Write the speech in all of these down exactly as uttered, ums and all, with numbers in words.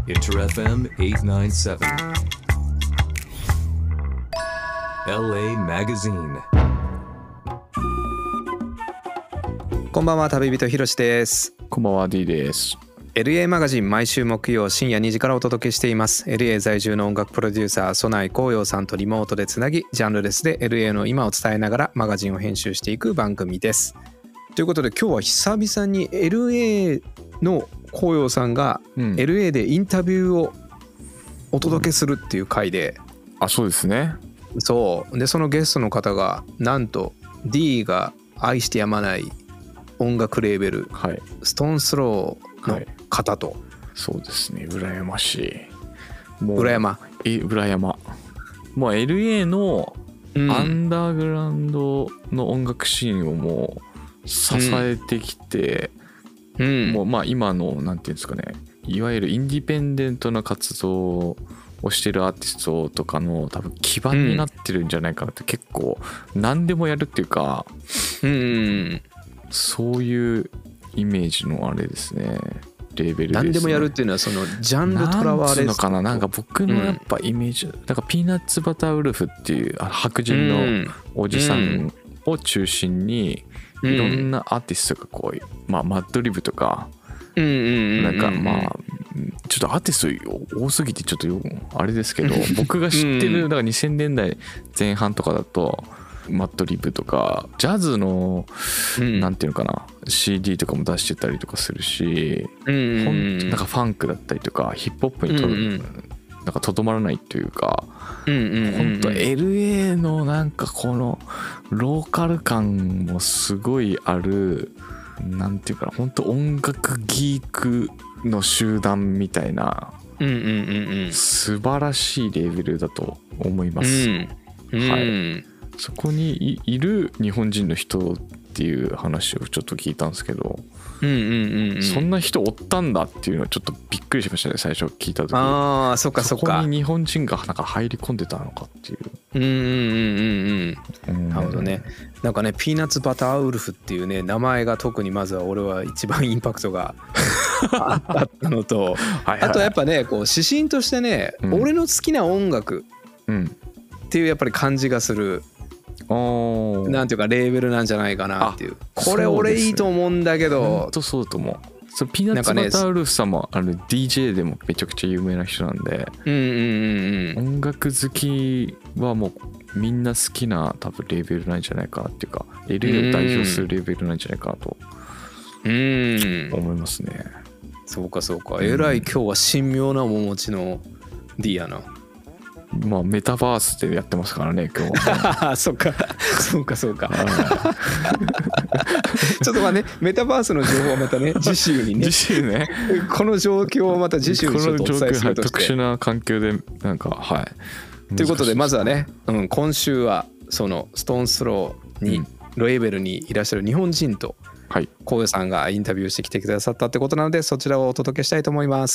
インター エフエム はちきゅうななな エルエー Magazine。 こんばんは、旅人ひろしです。 こんばんは、 D です。 エルエー マガジン毎週木曜深夜にじからお届けしています。 エルエー 在住の音楽プロデューサー曽内光陽さんとリモートでつなぎ、ジャンルレスで エルエー の今を伝えながらマガジンを編集していく番組です。ということで今日は久々に エルエー の光陽さんが エルエー でインタビューをお届けするっていう回で、 うん、あ、そうですね。 そうで、そのゲストの方がなんと D が愛してやまない音楽レーベル、はい、ストーンスローの方と、はい、 そうですね、羨ましい。もう羨まえ羨まもう エルエー のアンダーグラウンドの音楽シーンをもう支えてきて、うん、もうまあ今のなんていうんですかね、いわゆるインディペンデントな活動をしてるアーティストとかの多分基盤になってるんじゃないかなって、うん、結構何でもやるっていうか、うん、そういうイメージのあれですね、レーベルですね。 何でもやるっていうのはそのジャンルとらわれるのかな。なんか僕のやっぱイメージ、うん、なんかピーナッツバターウルフっていう白人のおじさんを中心にいろんなアーティストがこう、まあマッドリブとか、なんかまあちょっとアーティスト多すぎてちょっとあれですけど、僕が知ってるだからにせんねんだいぜん半とかだとマッドリブとかジャズのなんていうのかな シーディー とかも出してたりとかするし、なんかファンクだったりとかヒップホップにとなんかとどまらないというか、本当 エルエー のなんかこのローカル感もすごいある、なんていうかな、本当音楽ギークの集団みたいな素晴らしいレベルだと思います。はい。そこに い, いる日本人の人っていう話をちょっと聞いたんですけど、うんうんうんうん、そんな人おったんだっていうのはちょっとびっくりしましたね、最初聞いた時。 ああ、そっかそっか。 そこに日本人がなんか入り込んでたのかっていう。 うんうんうんうん。なるほどね。なんかね、ピーナッツバターウルフっていうね名前が特にまずは俺は一番インパクトがあったのと、はいはい、あとやっぱね、こう指針としてね、うん、俺の好きな音楽っていうやっぱり感じがする。なんていうかレーベルなんじゃないかなっていう。これ俺いいと思うんだけど。 本当そうと思う。そう、ピーナッツバターウルフさんもあの ディージェー でもめちゃくちゃ有名な人なんで、うんうんうん、音楽好きはもうみんな好きな多分レーベルなんじゃないかなっていうか、 エルエー を代表するレーベルなんじゃないかなと思いますね。 そうかそうか。えらい今日は神妙な面持ちの D やな。 まあメタバースでやってますからね今日は、ね、 そっかそうかそうかちょっとまあね、メタバースの情報はまたね次週にね、 次週ねこの状況をまた次週にちょっとお伝えするとして、 特殊な環境でなんかはいということで、まずはね、うん、今週はそのストーンスローに、うん、ロエベルにいらっしゃる日本人と光陽さんがインタビューしてきてくださったってことなので、そちらをお届けしたいと思います。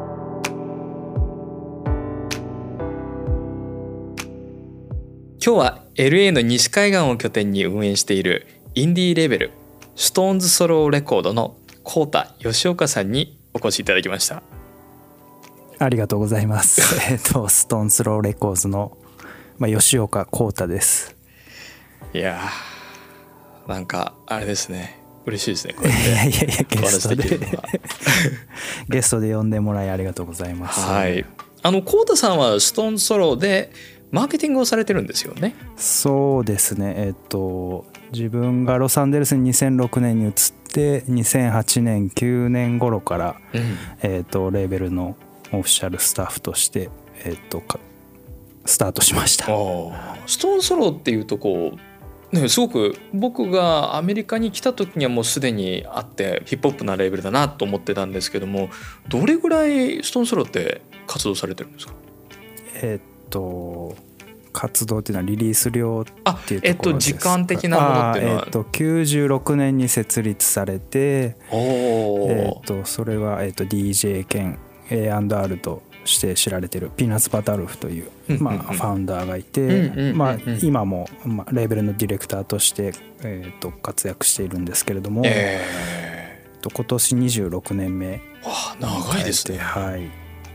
今日は エルエー の西海岸を拠点に運営しているインディーレーベルストーンズソローレコードのコウタ吉岡さんにお越しいただきました。 ありがとうございますえっとストーンスローレコーズの、まあ、吉岡コウタです。 いやー、なんかあれですね、嬉しいですね、こうやっていやいやいやゲストでゲストで呼んでもらいありがとうございます。 はい、あのコウタさんはストーンソローでマーケティングをされてるんですよね。 そうですね、えっと自分がロサンゼルスににせんろくねんに移ってにせんはちねんきゅうねん頃から、うん、えっとレーベルのオフィシャルスタッフとして、えっとスタートしました。 ストーンソローっていうとこう、ね、すごく僕がアメリカに来た時にはもうすでにあってヒップホップなレーベルだなと思ってたんですけども、どれぐらいストーンソローって活動されてるんですか？ えっと活動っていうのはリリース量っていうところです。 えっと時間的なものっていうのは、 えっときゅうじゅうろくねんに設立されて、えっとそれはえっと ディージェー 兼 エーアンドアール として知られてるピーナッツバターウルフという、まあ、ファウンダーがいて、まあ今もまあレーベルのディレクターとしてえっと活躍しているんですけれども、えー、今年にじゅうろくねんめ。 わあ、長いですね。 はい。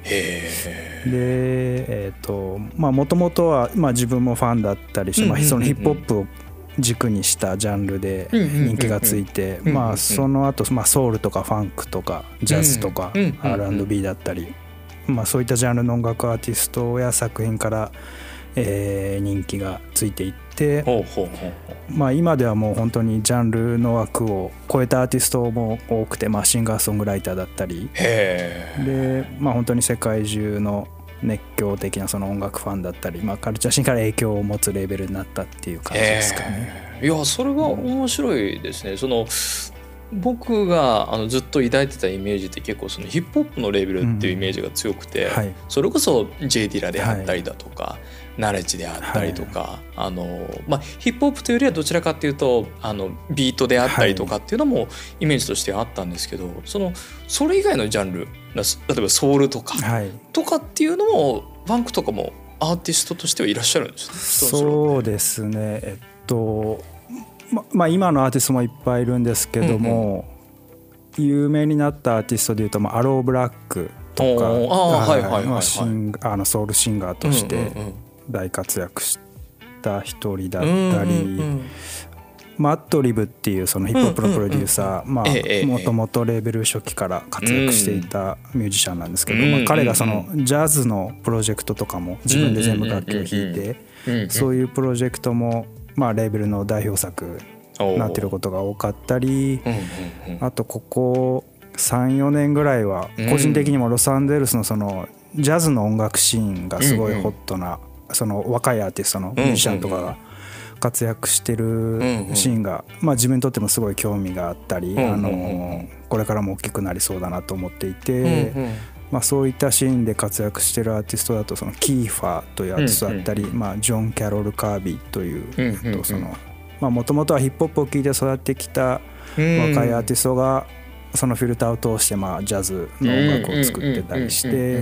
へでえっ、ー、とまあもともとは、まあ、自分もファンだったりして、まあ、そのヒップホップを軸にしたジャンルで人気がついて、まあその後、まあソウルとかファンクとかジャズとか アールアンドビー だったり、まあそういったジャンルの音楽アーティストや作品からえ人気がついていって、まあ今ではもう本当にジャンルの枠を超えたアーティストも多くて、まあシンガーソングライターだったりで、まあ本当に世界中の熱狂的なその音楽ファンだったり、まあ、カルチャーシーンから影響を持つレーベルになったっていう感じですかね。 いやそれは面白いですね、うん、その僕があのずっと抱いてたイメージって結構そのヒップホップのレーベルっていうイメージが強くて、うんはい、それこそ J ディラであったりだとか、はい、ナレッジであったりとか、はい、あのまあ、ヒップホップというよりはどちらかっていうとあのビートであったりとかっていうのもイメージとしてあったんですけど、そのそれ以外のジャンル例えばソウルとか、はい、とかっていうのもファンクとかもアーティストとしてはいらっしゃるんですね。 そうですね、えっとままあ今のアーティストもいっぱいいるんですけども、うんうん、有名になったアーティストでいうと、まあ、アローブラックとかあのソウルシンガーとして大活躍した一人だったり、うんうんうん、マッドリブっていうそのヒップホップのプロデューサー、もともとレーベル初期から活躍していたミュージシャンなんですけど、まあ、彼がそのジャズのプロジェクトとかも自分で全部楽器を弾いて、そういうプロジェクトもまあレーベルの代表作になってることが多かったり、あとここさんよねんぐらいは個人的にもロサンゼルスのそのジャズの音楽シーンがすごいホットな、その若いアーティストのミュージシャンとかが活躍してるシーンが、まあ、自分にとってもすごい興味があったり、あのこれからも大きくなりそうだなと思っていて、まあ、そういったシーンで活躍してるアーティストだとそのキーファーというアーティストだったり、まあ、ジョン・キャロル・カービーというそのもともとはヒップホップを聴いて育ってきた若いアーティストがそのフィルターを通してまあジャズの音楽を作ってたりして、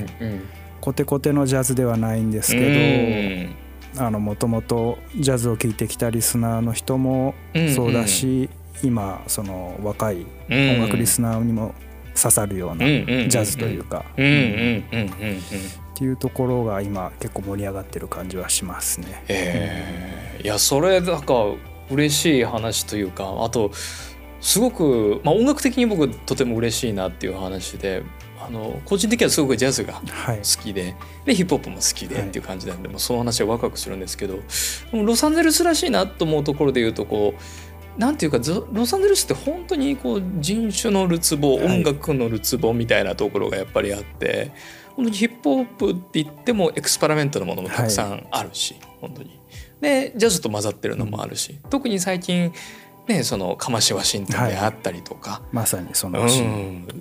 コテコテのジャズではないんですけど、もともとジャズを聴いてきたリスナーの人もそうだし、今その若い音楽リスナーにも刺さるようなジャズというかっていうところが今結構盛り上がってる感じはしますね。 えー、いやそれなんか嬉しい話というか、あとすごく、まあ、音楽的に僕とても嬉しいなっていう話で、あの個人的にはすごくジャズが好きで、はい、でヒップホップも好きでっていう感じなんで、はい、その話はワクワクするんですけど、ロサンゼルスらしいなと思うところで言うとこうなんていうかロサンゼルスって本当にこう人種のるつぼ、音楽のるつぼみたいなところがやっぱりあって、本当にヒップホップって言ってもエクスペリメントのものもたくさんあるし、はい、本当にでジャズと混ざってるのもあるし、うん、特に最近ね、そのカマシワシントンであったりとか、はい、 まさにそのシーン、うん、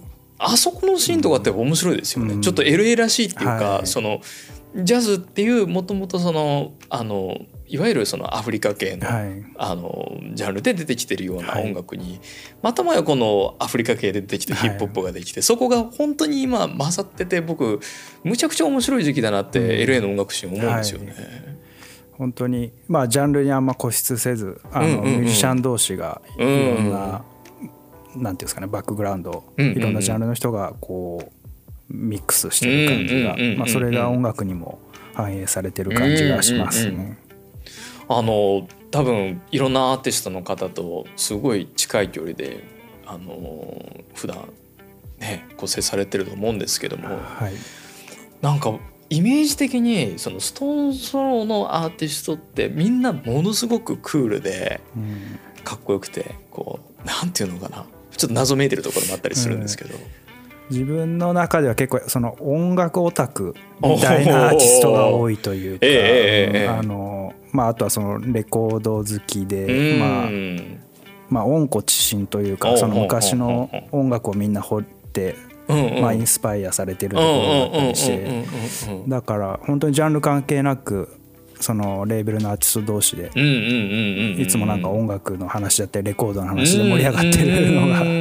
あそこのシーンとかって面白いですよね、うん、ちょっと エルエー らしいっていうか、はい、そのジャズっていうもともとそのあのいわゆるそのアフリカ系の、はい、あのジャンルで出てきてるような音楽に、はい、またもやこのアフリカ系で出てきてヒップホップができて、はい、そこが本当に今混ざってて、僕むちゃくちゃ面白い時期だなって エルエー の音楽シーン思うんですよね、はい、 本当にまあジャンルにあんま固執せず、あのミュージシャン同士がいろんななんていうんですかね、バックグラウンド、いろんなジャンルの人がこうミックスしてる感じが、まあそれが音楽にも反映されてる感じがしますね。 あの多分いろんなアーティストの方とすごい近い距離であの普段ねこう接されてると思うんですけども、はい、なんかイメージ的にそのストーンソロのアーティストってみんなものすごくクールでかっこよくて、こうなんていうのかな、ちょっと謎めいてるところもあったりするんですけど、うん、 自分の中では結構その音楽オタクみたいなアーティストが多いというか、えー、あのまああとはそのレコード好きで、まあまあ温故知新というか、その昔の音楽をみんな掘ってまあインスパイアされてるところだったりして、だから本当にジャンル関係なくそのレーベルのアーティスト同士でいつもなんか音楽の話だったりレコードの話で盛り上がってるのが、うん、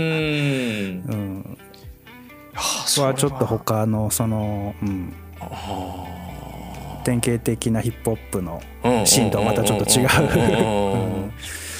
それはちょっと他のその、うん、典型的なヒップホップのシーンとはまたちょっと違う。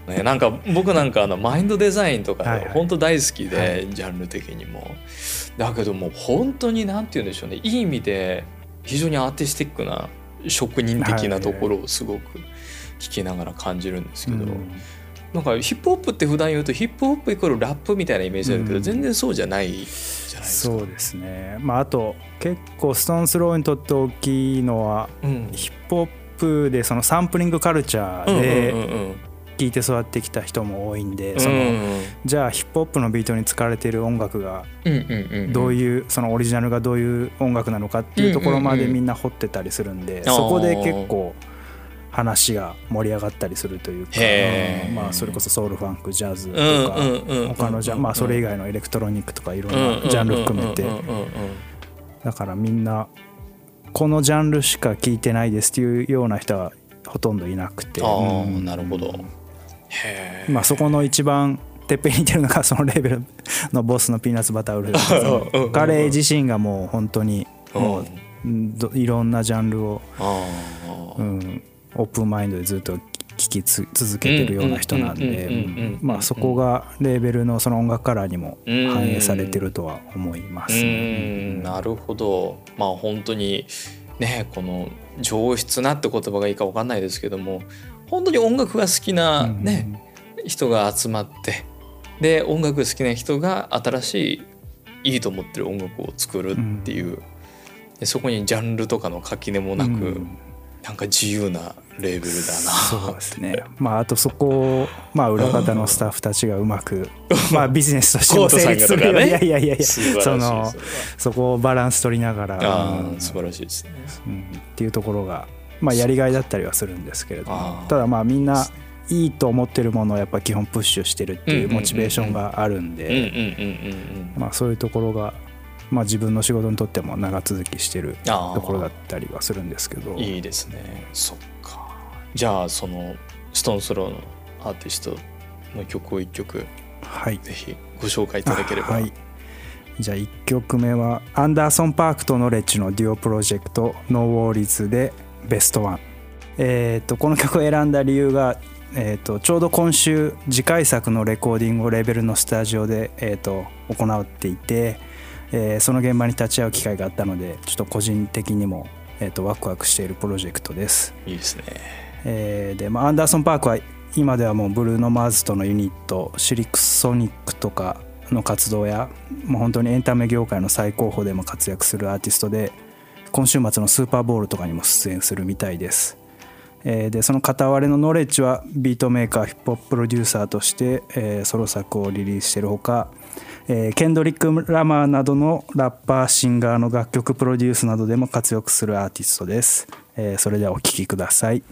ね、なんか僕なんかあのマインドデザインとか本当大好きで、 はいはい、 ジャンル的にもだけども本当になんて言うんでしょうね、いい意味で非常にアーティスティックな職人的なところをすごく聞きながら感じるんですけど、はいはい、なんかヒップホップって普段言うとヒップホップイコールラップみたいなイメージあるけど、うん、全然そうじゃないじゃないですか。 そうですね、まあ、あと結構ストーンスローにとって大きいのは、うん、ヒップホップでそのサンプリングカルチャーで聴いて育ってきた人も多いんで、そのじゃあヒップホップのビートに使われている音楽がどういうそのオリジナルがどういう音楽なのかっていうところまでみんな掘ってたりするんで、そこで結構話が盛り上がったりするというか、まあそれこそソウルファンクジャズとか他のジャンまあそれ以外のエレクトロニックとかいろんなジャンル含めて、だからみんなこのジャンルしか聴いてないですっていうような人はほとんどいなくて、 ああなるほど。 へえ。まあそこの一番てっぺんにいてるのがそのレーベルのボスのピーナッツバターウルフ。彼自身がもう本当にもういろんなジャンルを、うん、オープンマインドでずっと聴きつ続けてるような人なんで、まあそこがレーベルのその音楽カラーにも反映されてるとは思いますね。 うん、なるほど。まあ本当にね、この上質なって言葉がいいか分かんないですけども、本当に音楽が好きな、ねうん、人が集まって、で音楽好きな人が新しいいいと思ってる音楽を作るっていう、うん、でそこにジャンルとかの垣根もなく、うん、なんか自由なレーベルだな。 そうですね。まああとそこをまあ裏方のスタッフたちがうまくまあビジネスとしても成立するよ、ね、いやいやいやいやそのそこをバランス取りながら、 あ、うん、素晴らしいですね、 うん、っていうところがまあやりがいだったりはするんですけれども、ただまあみんないいと思ってるものをやっぱ基本プッシュしてるっていうモチベーションがあるんで、まあそういうところがまあ自分の仕事にとっても長続きしてるところだったりはするんですけど。 いいですね。そっか。じゃあそのストーンスローのアーティストの曲をいっきょく、はい、ぜひご紹介いただければ。はい、 じゃあいっきょくめはアンダーソン・パークとノレッジのデュオプロジェクトノーウォーリーズでベストワン。えー、とこの曲を選んだ理由が、えー、とちょうど今週次回作のレコーディングをレーベルのスタジオで、えー、と行っていて、えー、その現場に立ち会う機会があったのでちょっと個人的にも、えー、とワクワクしているプロジェクトです。 いいですね。 えー、で、まあ、アンダーソン・パークは今ではもうブルーノ・マーズとのユニットシリクソニックとかの活動やもう本当にエンタメ業界の最高峰でも活躍するアーティストで今週末のスーパーボウルとかにも出演するみたいです。えー、でその片割れのノレッジはビートメーカーヒップホッププロデューサーとして、えー、ソロ作をリリースしているほか、えー、ケンドリック・ラマーなどのラッパーシンガーの楽曲プロデュースなどでも活躍するアーティストです。えー、それではお聴きください。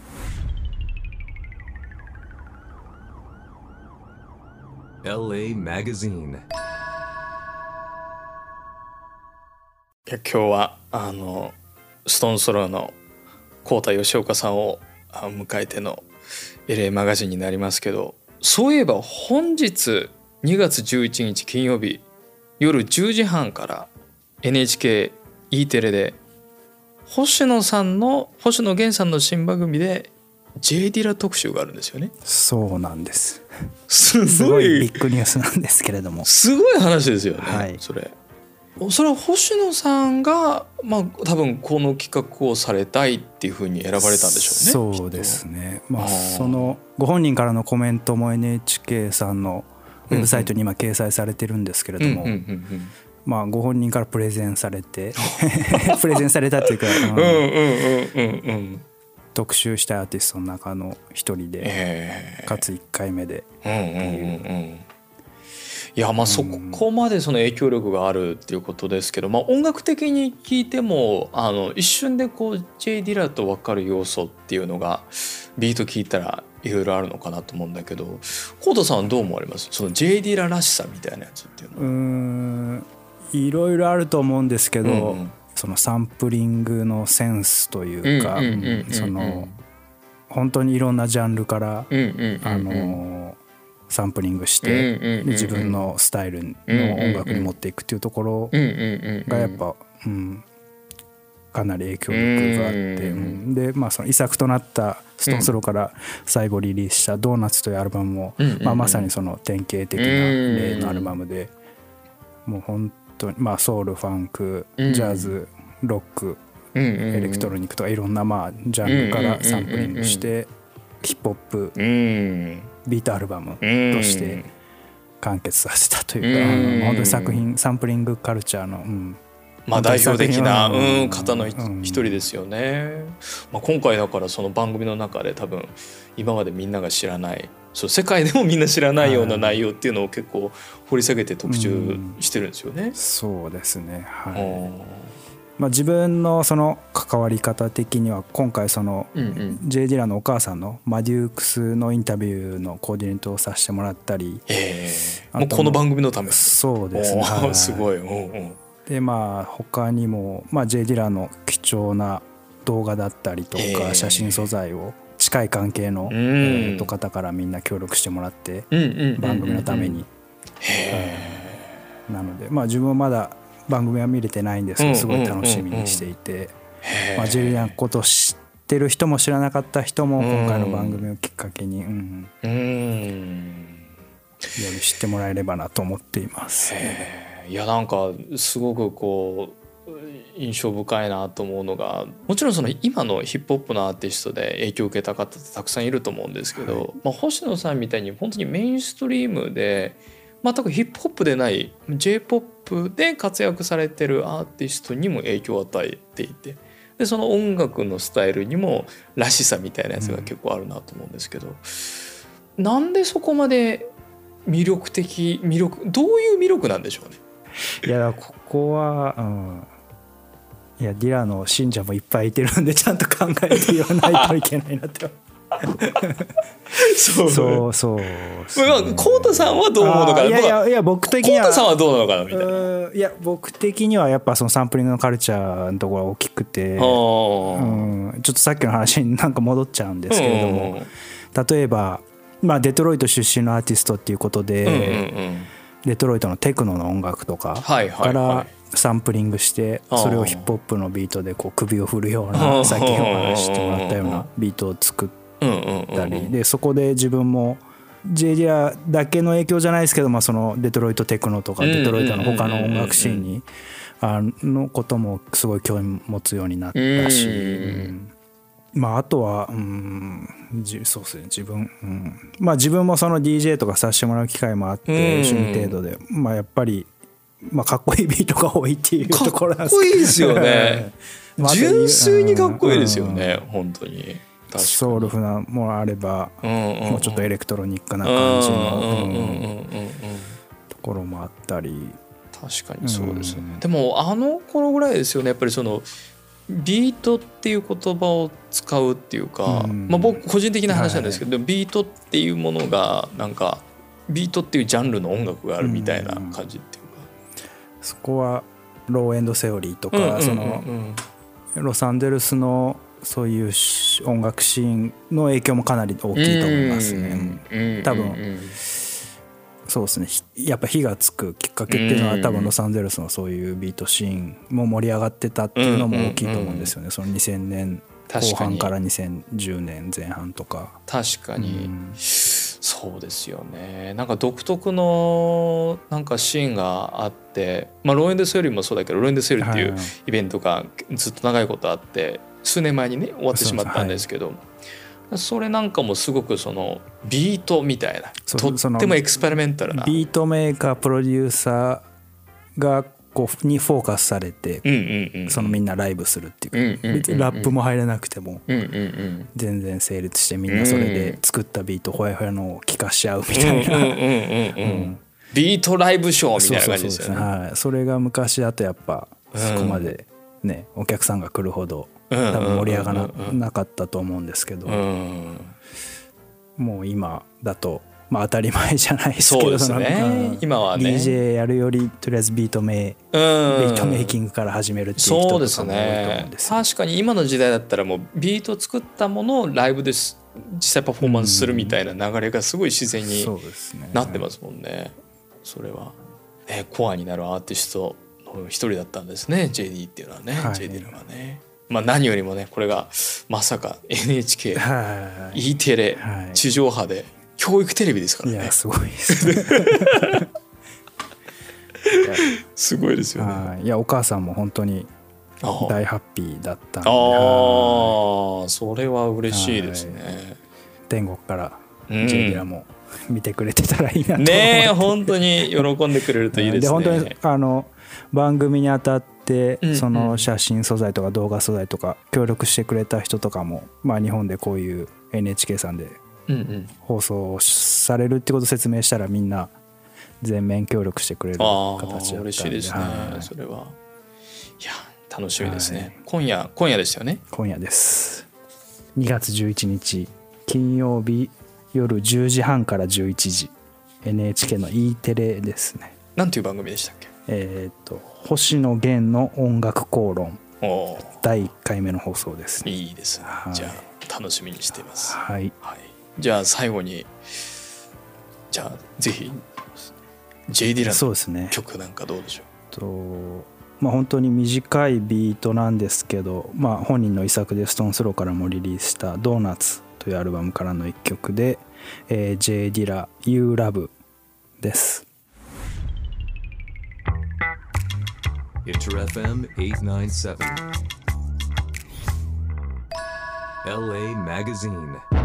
エルエー Magazine。 いや今日はあのストーンソローの幸田吉岡さんを迎えての エルエー マガジンになりますけど、そういえば本日にがつじゅういちにち金曜日夜じゅうじはんから エヌエイチケー E テレで星野さんの星野源さんの新番組で J ディラ特集があるんですよね。 そうなんです。 すごい、 すごいビッグニュースなんですけれども、 すごい話ですよね、 はい、 それそれは星野さんが、まあ、多分この企画をされたいっていうふうに選ばれたんでしょうね。 そうですね、まあ、そのご本人からのコメントも エヌエイチケー さんのウェブサイトに今掲載されてるんですけれども、まあご本人からプレゼンされてプレゼンされたっていうか、特集したアーティストの中の一人で、えー、かついっかいめでっていう。 いやまあそこまでその影響力があるっていうことですけど、まあ、音楽的に聞いてもあの一瞬でこう J ディラと分かる要素っていうのがビート聞いたらいろいろあるのかなと思うんだけど、幸田さんはどう思われます？その J ディラらしさみたいなやつっていうのは。うーんいろいろあると思うんですけど、うんうん、そのサンプリングのセンスというかその本当にいろんなジャンルから、うんうんうんうん、あのサンプリングして自分のスタイルの音楽に持っていくっていうところがやっぱ、うん、 かなり影響力があって、うん、でまあその遺作となったストーンソロから最後リリースした「ドーナツ」というアルバムも、まあ、まさにその典型的な例のアルバムで、もう本当にまあソウルファンクジャズロックエレクトロニックとかいろんなまあジャンルからサンプリングしてヒップホップビートアルバムとして完結させたというか、本当に作品サンプリングカルチャーの、うん、 まあ代表的なうん方の一人ですよね。まあ今回だからその番組の中で多分今までみんなが知らない、そう世界でもみんな知らないような内容っていうのを結構掘り下げて特集してるんですよね。 そうですね。はい。まあ、自分のその関わり方的には今回その J・ディラのお母さんのマデュークスのインタビューのコーディネートをさせてもらったり、 えー、もうこの番組のため。 そうですね、 はい、すごい。おうおうでまあ他にも、まあ、J・ディラの貴重な動画だったりとか写真素材を近い関係の、えー、と方からみんな協力してもらって番組のために。なのでまあ自分はまだ番組は見れてないんですけどすごい楽しみにしていて、まあ、J・ディラのことを知ってる人も知らなかった人も今回の番組をきっかけに、うんうん、より知ってもらえればなと思っています。 いやなんかすごくこう印象深いなと思うのが、もちろんその今のヒップホップのアーティストで影響を受けた方ってたくさんいると思うんですけど、はい、まあ、星野さんみたいに本当にメインストリームで全くヒップホップでない J-ポップ で活躍されてるアーティストにも影響を与えていて、でその音楽のスタイルにもらしさみたいなやつが結構あるなと思うんですけど、うん、なんでそこまで魅力的魅力どういう魅力なんでしょうね。 いやここは、うん、いやディラの信者もいっぱいいてるんでちゃんと考えて言わないといけないなってそうそうそう、 コウタさんはどう思うのかな。 いやいやいや僕的にはコウタさんはどうなのかなみたいな。 いや僕的にはやっぱそのサンプリングのカルチャーのところが大きくて、うん、ちょっとさっきの話になんか戻っちゃうんですけれども、例えば、まあ、デトロイト出身のアーティストっていうことで、うんうんうん、デトロイトのテクノの音楽とかからサンプリングしてそれをヒップホップのビートでこう首を振るような、さっきお話してもらったようなビートを作ったりで、そこで自分も J・ディラだけの影響じゃないですけど、まあ、そのデトロイトテクノとかデトロイトの他の音楽シーンにあのこともすごい興味持つようになったし、うんまあ、あとは、うん、そうですね自分、うん、まあ自分もその ディージェー とかさせてもらう機会もあって趣味程度で、まあ、やっぱり、まあ、かっこいいビートが多いっていうところなんですけど、かっこいいですよね純粋にかっこいいですよね、うん、本当にソウルフなものあれば、うんうんうん、もうちょっとエレクトロニックな感じのところもあったり、 確かにそうですよね、うん、でもあの頃ぐらいですよねやっぱりそのビートっていう言葉を使うっていうか、うんまあ、僕個人的な話なんですけど、はい、ビートっていうものがなんかビートっていうジャンルの音楽があるみたいな感じっていうか、 うん、そこはローエンドセオリーとか、うんうんうんうん、そのロサンゼルスのそういう音楽シーンの影響もかなり大きいと思いますね。多分そうですね、やっぱ火がつくきっかけっていうのは多分ロサンゼルスのそういうビートシーンも盛り上がってたっていうのも大きいと思うんですよね。そのにせんねんこう半からにせんじゅうねんぜん半とか。 確かに、うん、そうですよね。なんか独特のなんかシーンがあって、まあ、ローエンドセオリーもそうだけどローエンドセオリーっていうイベントがずっと長いことあって数年前にね終わってしまったんですけど、それなんかもすごくそのビートみたいなとってもエクスペリメンタルなビートメーカープロデューサーがこうにフォーカスされて、うんうんうん、そのみんなライブするっていうか、うんうんうんうん、ラップも入れなくても全然成立してみんなそれで作ったビートほやほやのを聴かしちゃうみたいなビートライブショーみたいな感じですよね。 そうそうそうですね、はい、それが昔だとやっぱそこまでね、うん、お客さんが来るほど多分盛り上がらなかったと思うんですけど、うん、もう今だとまあ当たり前じゃないですけど、 そうですね、今はねディージェー やるよりとりあえずビートメイ、うん、ビートメイキングから始めるっていう人とかも多いと思うんですよ。 確かに今の時代だったらもうビート作ったものをライブで実際パフォーマンスするみたいな流れがすごい自然になってますもんね。それは、ね、コアになるアーティストの一人だったんですね ジェイディー っていうのはね、 はい、 ジェイディー はね。まあ何よりもねこれがまさか エヌエイチケー、 はい、 E テレ、 はい、 地上波で教育テレビですからね。 いやすごいですねすごいですよね。 はい、いやお母さんも本当に大ハッピーだったんで、 ああそれは嬉しいですね、はい、 天国からジェイディラも見てくれてたらいいなと思って、うん、 ねえ本当に喜んでくれるといいですね。で本当にあの番組にあたってその写真素材とか動画素材とか協力してくれた人とかも、まあ、日本でこういう エヌエイチケー さんで放送されるってことを説明したらみんな全面協力してくれる形だったんで。 あ嬉しいですね、はい、それは。いや楽しみですね、はい、今夜今夜ですよね。 今夜です。にがつじゅういちにち金曜日夜じゅうじはんからじゅういちじ エヌエイチケー の E テレですね。 なんていう番組でしたっけ。 えっと星野源の音楽口論だいいっかいめの放送ですね。 いいですね、はい、じゃあ楽しみにしています、 はいはい、じゃあ最後にじゃあぜひ ジェイディラの曲なんかどうでしょう。 とまあ本当に短いビートなんですけど、まあ、本人の遺作でストーンスローからもリリースしたドーナツというアルバムからの一曲で、えー、J ディラ You Love です。 インターエフエムはちきゅうななな エルエー Magazine